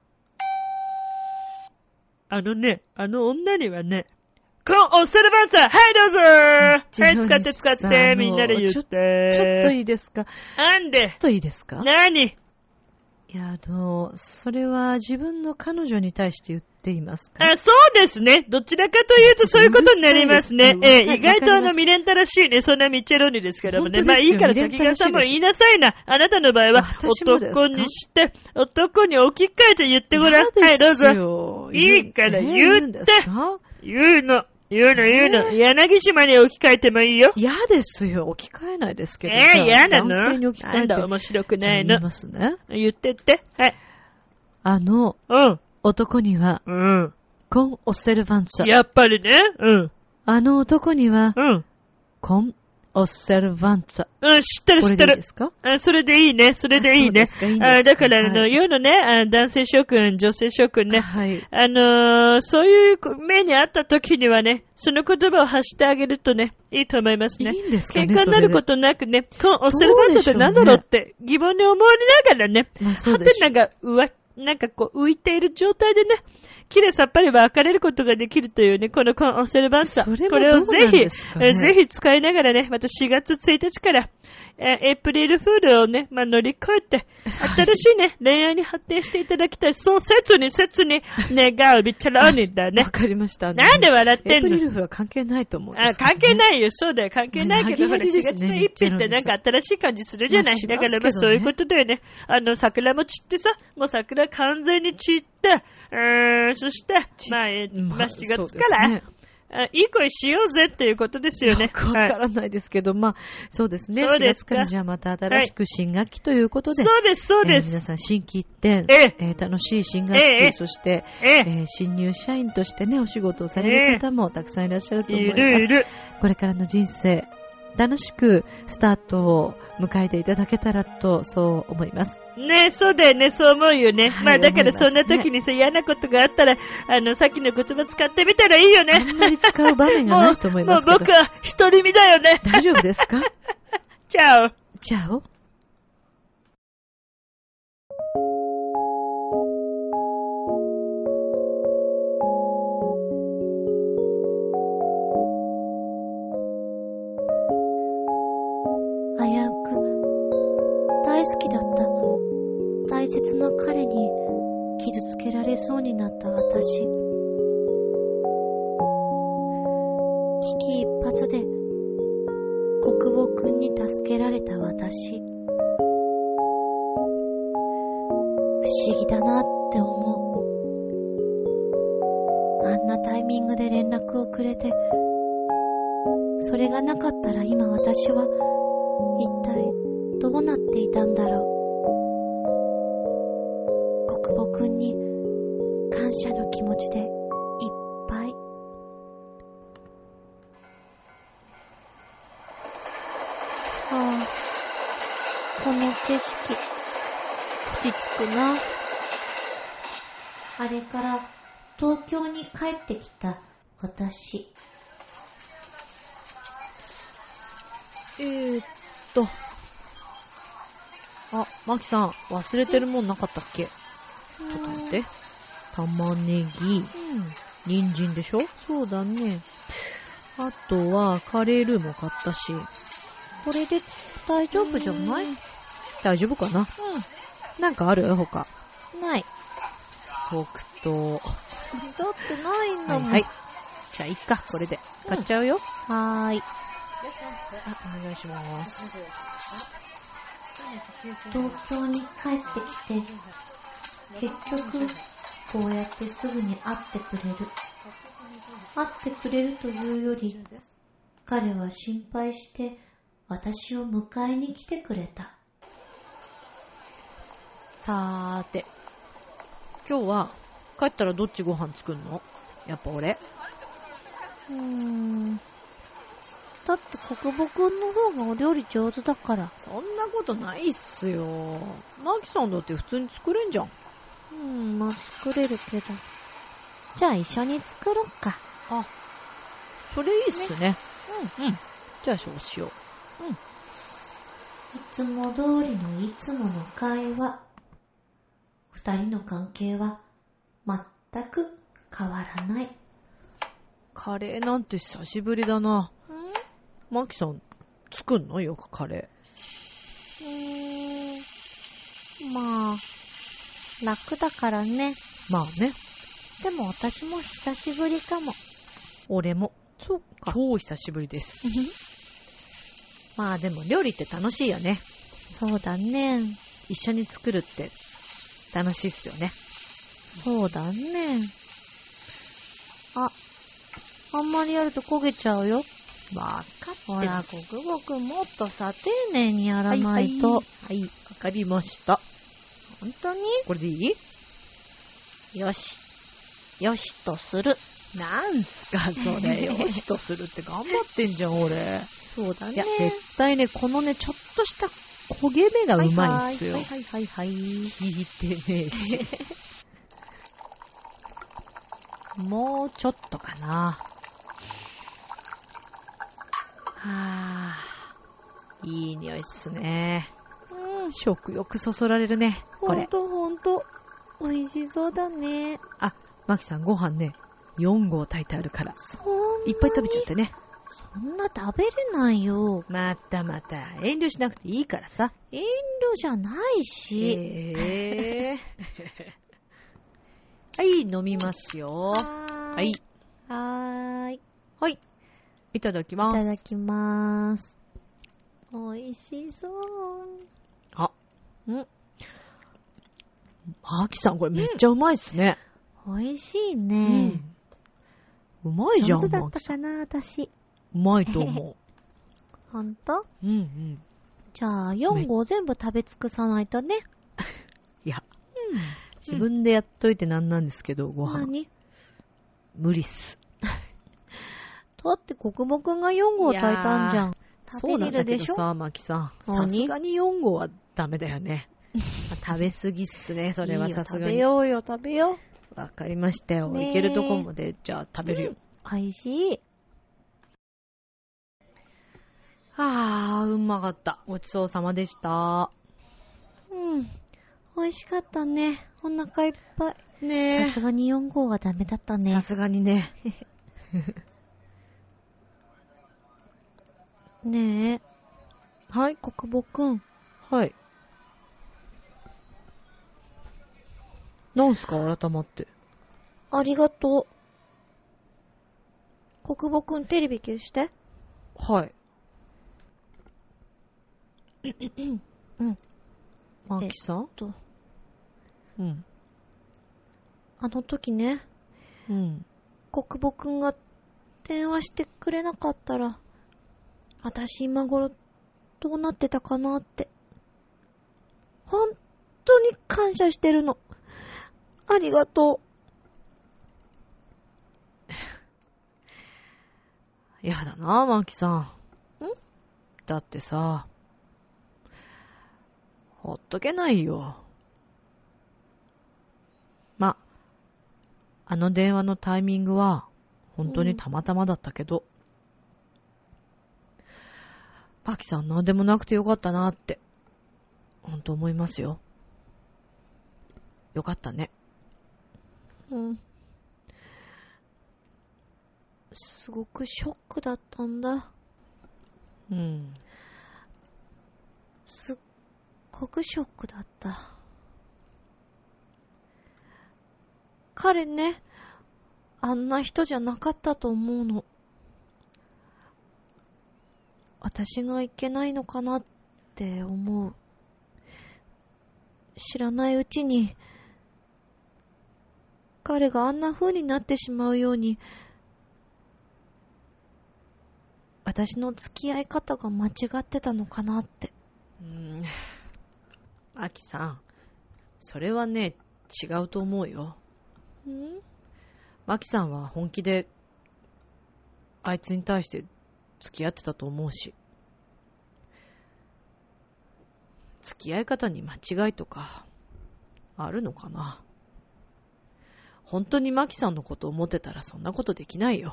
女にはね、コンオッセルバンツァ。はい、どうぞはい、使って、みんなで言って。 ちょっといいですか？ なんで？ ちょっといいですか？ 何？ いや、それは自分の彼女に対して言っていますか？ そうですね。どちらかというとそういうことになりますね。意外と未練たらしいね。そんなミッチェローニですからもね。まあいいから滝川さんも言いなさいな。あなたの場合は男にして、男に置き換えて言ってごらん。はい、どうぞ。いいから言って。言うの。柳島に置き換えてもいいよ。 嫌ですよ。置き換えないですけど。 嫌なの？ 男性に置き換えて。 なんだ、面白くないの。 言いますね。 言ってって。はい。 男には、コン・オッセルヴァンツァ。 やっぱりね。 男には、コン・オッセルヴァンツァ。 知ってる。 これでいいですか？ それでいいね。それでいいね。だから、言うのね、男性諸君、女性諸君ね。 はい。 そういう目にあった時にはね、その言葉を発してあげるとね、いいと思いますね。 いいんですかね。 喧嘩になることなくね、コン・オッセルヴァンツァって何だろうって疑問に思いながらね、はてなんかこう浮いている状態でね、きれいさっぱり別れることができるというね、このコン・オッセルヴァンツァ。これをぜひ使いながらね、また4月1日から、エイプリルフールをね、乗り越えて、新しいね、恋愛に発展していただきたい。そう、切に願うビッチャローニだね。 わかりました。 なんで笑ってんの？ エイプリルフールは関係ないと思うんですけどね。 関係ないよ。そうだよ。関係ないけど、ほら、4月の1日ってなんか新しい感じするじゃない。だからそういうことだよね。桜も散ってさ、もう桜完全に散って、そして、7月から、いい恋しようぜっていうことですよね。 わからないですけど、そうですね。4月からじゃあまた新しく新学期ということで。 そうです。 皆さん新規一点、楽しい新学期、そして、新入社員としてね、お仕事をされる方もたくさんいらっしゃると思います。いる。これからの人生、楽しくスタートを迎えていただけたらと、そう思います。 ね、そうだよね、そう思うよね。だからそんな時にさ、嫌なことがあったら、さっきの言葉使ってみたらいいよね。 あんまり使う場面がないと思いますけど。 もう僕は独り身だよね。 大丈夫ですか？ チャオ。 チャオ。 大好きだった大切な彼に傷つけられそうになった私。危機一髪で国母くんに助けられた私。不思議だなって思う。あんなタイミングで連絡をくれて、それがなかったら今私は一体どうなっていたんだろう。国母くんに感謝の気持ちでいっぱい。この景色落ち着くな。あれから東京に帰ってきた私。 マキさん、忘れてるもんなかったっけ？ちょっと待って。玉ねぎ、人参でしょ？そうだね。あとは、カレールーも買ったし。 これで大丈夫じゃない？ 大丈夫かな？なんかある？他。 ない。 即答。 だってないんだもん。 はい。じゃあ、いっか、これで。買っちゃうよ。 はーい。 お願いします。 東京に帰ってきて、結局こうやってすぐに会ってくれるというより、彼は心配して私を迎えに来てくれた。 さーて、今日は帰ったらどっちご飯作るの？やっぱ俺？ だって国母くんの方がお料理上手だから。 そんなことないっすよ。マキさんだって普通に作れんじゃん。 作れるけど。じゃあ一緒に作ろうか。 それいいっすね。じゃあそうしよう。 いつも通りのいつもの会話。二人の関係は全く変わらない。 カレーなんて久しぶりだな。マキさん作んの？よくカレー。 楽だからね。 まあね。 でも私も久しぶりかも。 俺も。 そうか。 超久しぶりです。まあでも料理って楽しいよね。 そうだね。 一緒に作るって楽しいっすよね。 そうだね。あんまりやると焦げちゃうよ。 わかってる。 ほら、国語くんもっとさ、丁寧にやらないと。 はい、わかりました。 本当に？ これでいい？ よし。よしとする。 なんすか、それ。よしとするって頑張ってんじゃん、俺。 そうだね。 いや、絶対ね、このね、ちょっとした焦げ目がうまいんすよ。 はい。 聞いてねえし。もうちょっとかな。いい匂いっすね。食欲そそられるね、これ。 ほんと。美味しそうだね。 あ、マキさんご飯ね、4合炊いてあるから。いっぱい食べちゃってね。 そんな食べれないよ。 また遠慮しなくていいからさ。 遠慮じゃないし。 はい、飲みますよ。はい。 はい。 いただきます。 いただきます。美味しそう。 マキさんこれめっちゃうまいっすね。 美味しいね。 うまいじゃん。 上手だったかな、私。 うまいと思う。 ほんと？ じゃあ、4合全部食べ尽くさないとね。 いや、自分でやっといてなんなんですけど、ご飯。 何？ 無理っす。 だって国母くんが4合炊いたんじゃん。 そうなんだけどさ、マキさん。さすがに4合はダメだよね。食べ過ぎっすね、それはさすがに。 食べよう。 わかりましたよ。いけるとこまで、じゃあ食べるよ。 美味しい。 うまかった。ごちそうさまでした。 美味しかったね。お腹いっぱい。 ねえ。 さすがに4合はダメだったね。 さすがにね。 ねえ。 はい、 国母くん。 はい。なんすか、改まって。 ありがとう。国母くんテレビ消して。 はい。マキさん？ あの時ね。国母くんが電話してくれなかったら、私今頃どうなってたかなって。本当に感謝してるの。ありがとう。やだな、マキさん。だってさ、ほっとけないよ。あの電話のタイミングは本当にたまたまだったけど、マキさんなんでもなくてよかったなって、本当思いますよ。よかったね。 すごくショックだったんだ。すっごくショックだった。彼ね、あんな人じゃなかったと思うの。私がいけないのかなって思う。知らないうちに、彼があんな風になってしまうように、私の付き合い方が間違ってたのかなって。 マキさん、それはね、違うと思うよ。マキさんは本気であいつに対して付き合ってたと思うし、付き合い方に間違いとかあるのかな。本当にマキさんのこと思ってたらそんなことできないよ。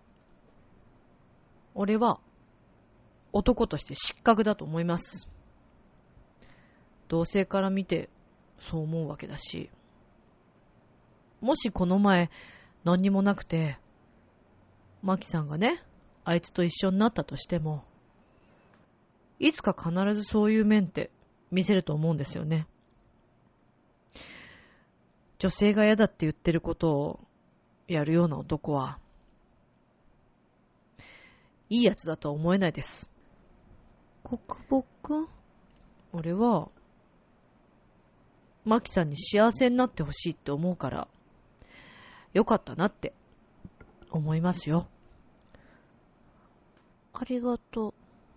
俺は男として失格だと思います。同性から見てそう思うわけだし、もしこの前何にもなくてマキさんがね、あいつと一緒になったとしても、いつか必ずそういう面って見せると思うんですよね。 女性が嫌だって言ってることをやるような男は、いいやつだとは思えないです。 国母くん？ 俺は、マキさんに幸せになってほしいって思うから、よかったなって思いますよ。 ありがとう。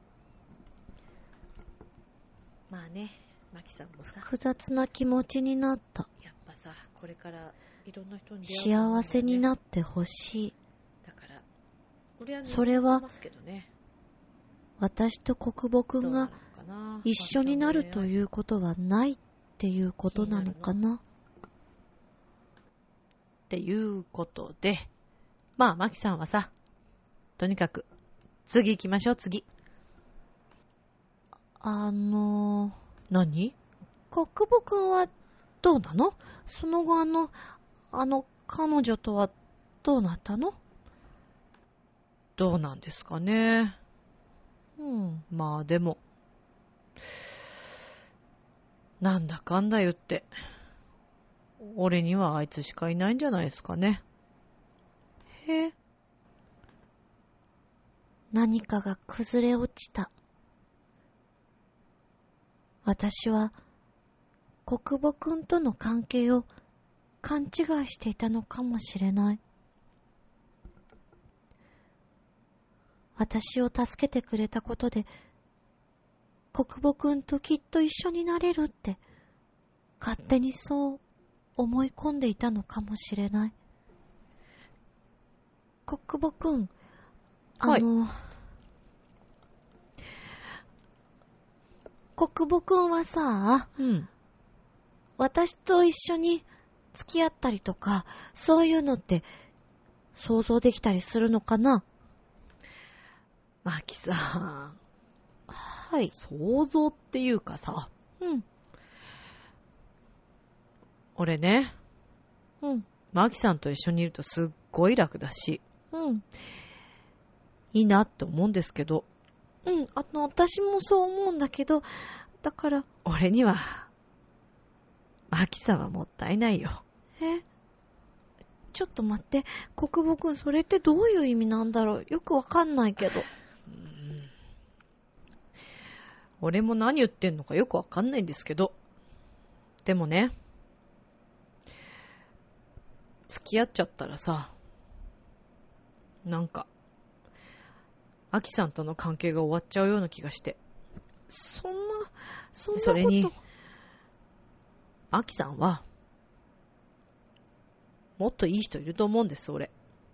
まあね、マキさんもさ、 複雑な気持ちになった。 やっぱさ、これからいろんな人に出会う、ね、 幸せになってほしい。 だから、俺はね、 それは、 ますけどね、 私と国母くんが一緒になるということはないっていうことなのかな。 っていうことで、まあ、マキさんはさ、とにかく、次行きましょう、次。何？ 国母くんはどうなの？その後彼女とはどうなったの？ どうなんですかね。まあでも、なんだかんだ言って、俺にはあいつしかいないんじゃないですかね。 へえ。何かが崩れ落ちた。私は国母くんとの関係を勘違いしていたのかもしれない。私を助けてくれたことで国母くんときっと一緒になれるって勝手にそう思い込んでいたのかもしれない。国母くん、 はい、 国母くんはさ、私と一緒に付き合ったりとか、そういうのって想像できたりするのかな？ マキさん。 はい。 想像っていうかさ。俺ね。マキさんと一緒にいるとすっごい楽だし。いいなって思うんですけど。 私もそう思うんだけど、だから。 俺には、マキさんはもったいないよ。 ちょっと待って。国母くん、それってどういう意味なんだろう？よくわかんないけど。 俺も何言ってんのかよくわかんないんですけど。でもね、付き合っちゃったらさ、なんか、アキさんとの関係が終わっちゃうような気がして。 そんなこと。 それに、アキさんは、もっといい人いると思うんです、俺。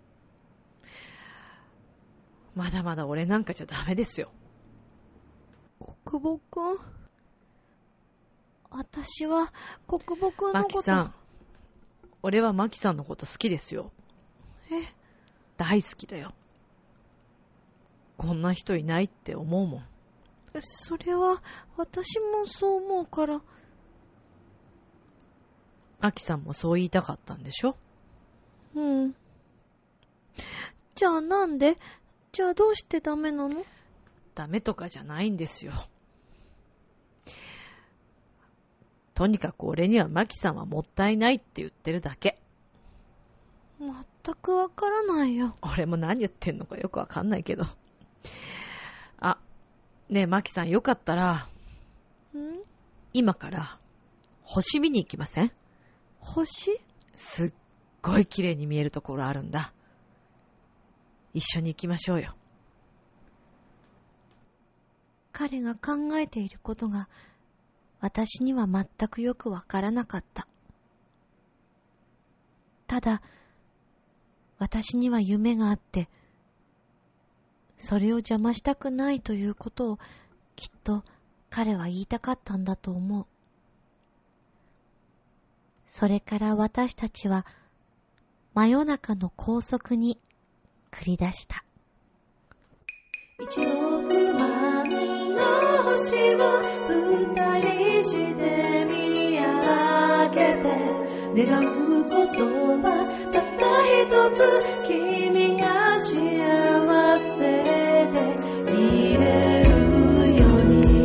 まだまだ俺なんかじゃダメですよ。 国母くん？私は国母くんのこと。 マキさん、俺はマキさんのこと好きですよ。大好きだよ。こんな人いないって思うもん。 それは私もそう思うから。 アキさんもそう言いたかったんでしょ？ じゃあなんで？じゃあどうしてダメなの？ ダメとかじゃないんですよ。とにかく俺にはマキさんはもったいないって言ってるだけ。 全くわからないよ。 俺も何言ってんのかよくわかんないけど。あ、ねえマキさんよかったら、今から星見に行きません？ 星？ すっごい綺麗に見えるところあるんだ。一緒に行きましょうよ。 彼が考えていることが私には全くよくわからなかった。ただ、私には夢があって、それを邪魔したくないということをきっと彼は言いたかったんだと思う。それから私たちは真夜中の高速に繰り出した。1億万の星を二人して見上げて願うことはたった一つ、君が幸せでいれるように。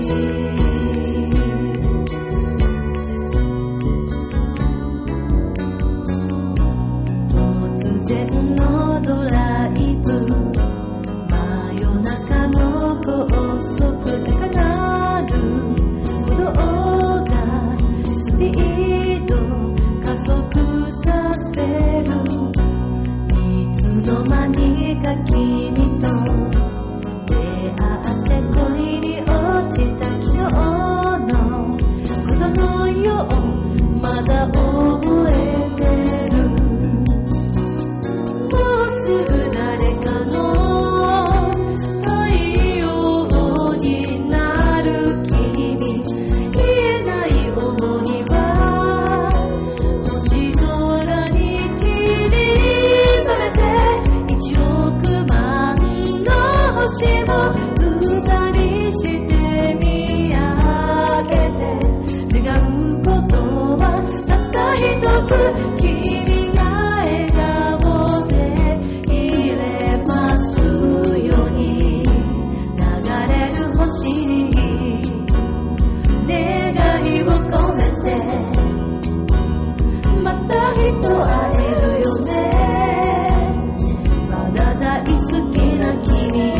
君と出会って恋に落ちた昨日のことのようまだ覚えてる。もうすぐ誰かの太陽になる君、言えない想いは星空に散りばめて1億万の星を歌にして見上げて、願うことはたった一つ、君が笑顔でいれますように、流れる星に願いを込めて、また一度会えるよね、まだ大好きな君。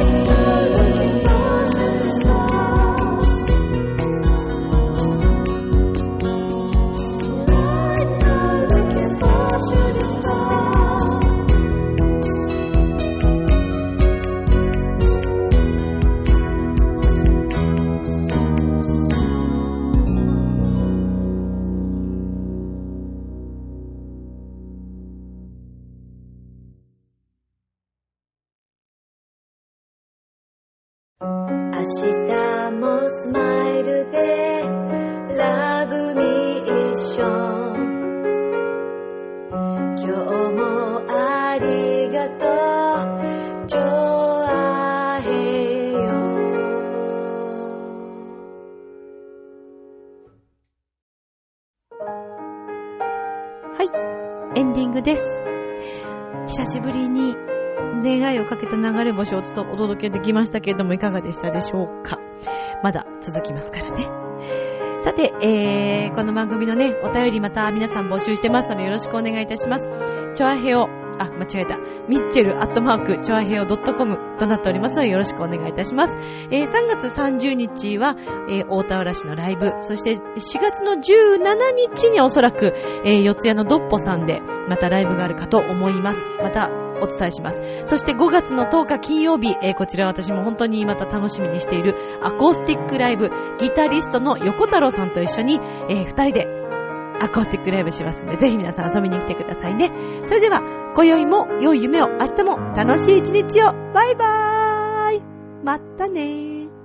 明日もスマイルでラブミッション、今日もありがとうチョアヘヨ。 はい、エンディングです。久しぶりに願いをかけた流れ星をお届けできましたけれども、いかがでしたでしょうか。まだ続きますからね。さて、この番組のね、お便りまた皆さん募集してますのでよろしくお願いいたします。チョアヘオ、間違えた。ミッチェル@チョアヘオ .com となっておりますのでよろしくお願いいたします。3月30日は、大田原市のライブ、そして4月の17日におそらく、四谷のドッポさんでまたライブがあるかと思います。またお伝えします。そして5月の10日金曜日、こちら私も本当にまた楽しみにしているアコースティックライブ、ギタリストの横太郎さんと一緒に、2人でアコースティックライブしますので、ぜひ皆さん遊びに来てくださいね。それでは、今宵も良い夢を、明日も楽しい一日を。バイバーイ。またねー。